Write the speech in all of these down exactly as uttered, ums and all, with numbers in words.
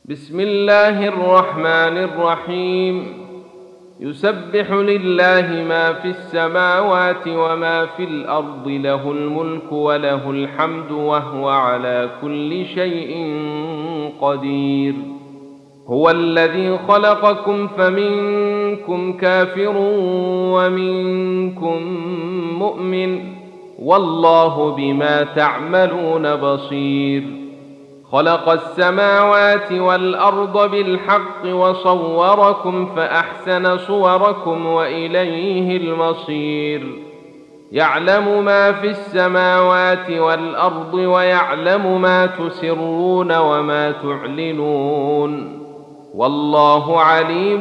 بسم الله الرحمن الرحيم. يسبح لله ما في السماوات وما في الأرض، له الملك وله الحمد وهو على كل شيء قدير. هو الذي خلقكم فمنكم كافر ومنكم مؤمن، والله بما تعملون بصير. خلق السماوات والأرض بالحق وصوركم فأحسن صوركم وإليه المصير. يعلم ما في السماوات والأرض ويعلم ما تسرون وما تعلنون، والله عليم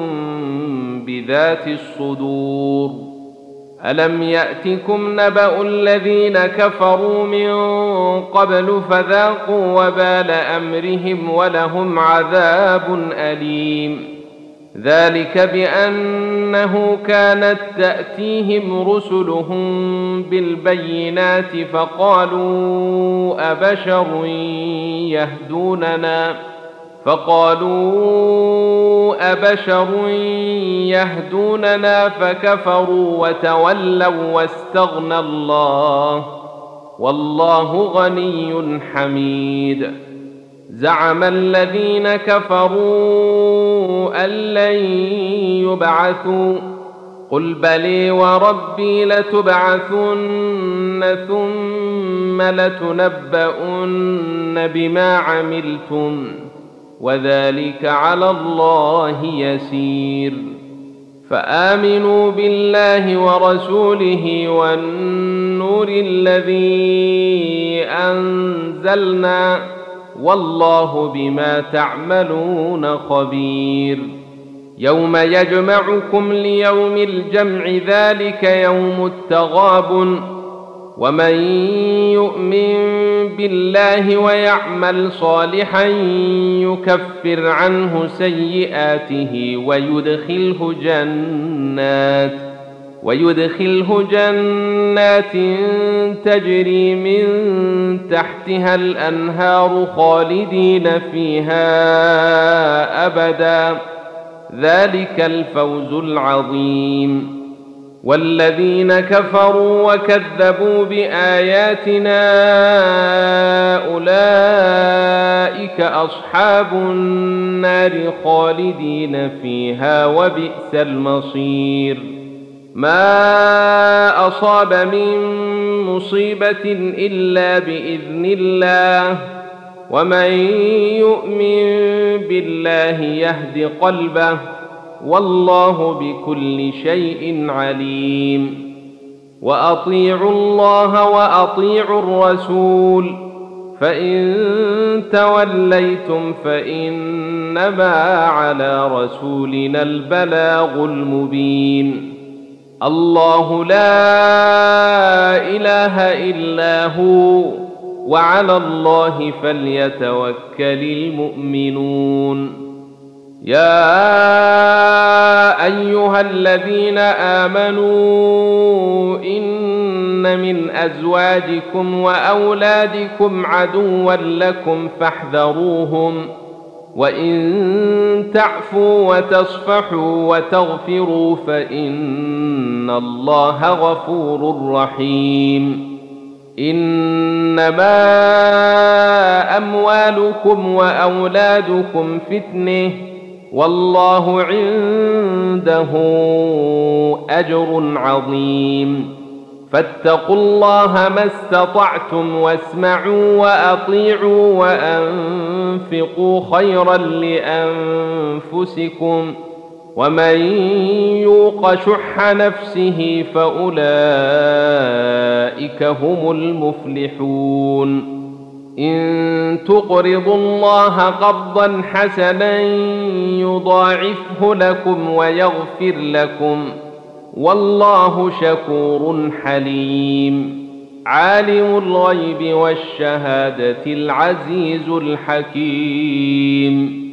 بذات الصدور. ألم يأتكم نبأ الذين كفروا من قبل فذاقوا وبال أمرهم ولهم عذاب أليم. ذلك بأنه كانت تأتيهم رسلهم بالبينات فقالوا أبشر يهدوننا فقالوا أبشر يهدوننا فكفروا وتولوا واستغنى الله، والله غني حميد. زعم الذين كفروا أن لن يبعثوا، قل بلي وربي لتبعثن ثم لتنبؤن بما عملتم، وذلك على الله يسير. فآمنوا بالله ورسوله والنور الذي أنزلنا، والله بما تعملون خبير. يوم يجمعكم ليوم الجمع، ذلك يوم التغابن. ومن يؤمن بالله ويعمل صالحا يكفر عنه سيئاته ويدخله جنات ويدخله جنات تجري من تحتها الأنهار خالدين فيها أبدا، ذلك الفوز العظيم. والذين كفروا وكذبوا بآياتنا أولئك أصحاب النار خالدين فيها، وبئس المصير. ما أصاب من مصيبة إلا بإذن الله، ومن يؤمن بالله يهد قلبه، والله بكل شيء عليم. وأطيعوا الله وأطيعوا الرسول، فإن توليتم فإنما على رسولنا البلاغ المبين. الله لا إله إلا هو، وعلى الله فليتوكل المؤمنون. يا أيها الذين آمنوا إن من أزواجكم وأولادكم عدوا لكم فاحذروهم، وإن تعفوا وتصفحوا وتغفروا فإن الله غفور رحيم. إنما أموالكم وأولادكم فتنة، والله عنده أجر عظيم. فاتقوا الله ما استطعتم، واسمعوا وأطيعوا وأنفقوا خيرا لأنفسكم، ومن يوق شح نفسه فأولئك هم المفلحون. إن تقرضوا الله قرضا حسنا يضاعفه لكم ويغفر لكم، والله شكور حليم. عالم الغيب والشهادة العزيز الحكيم.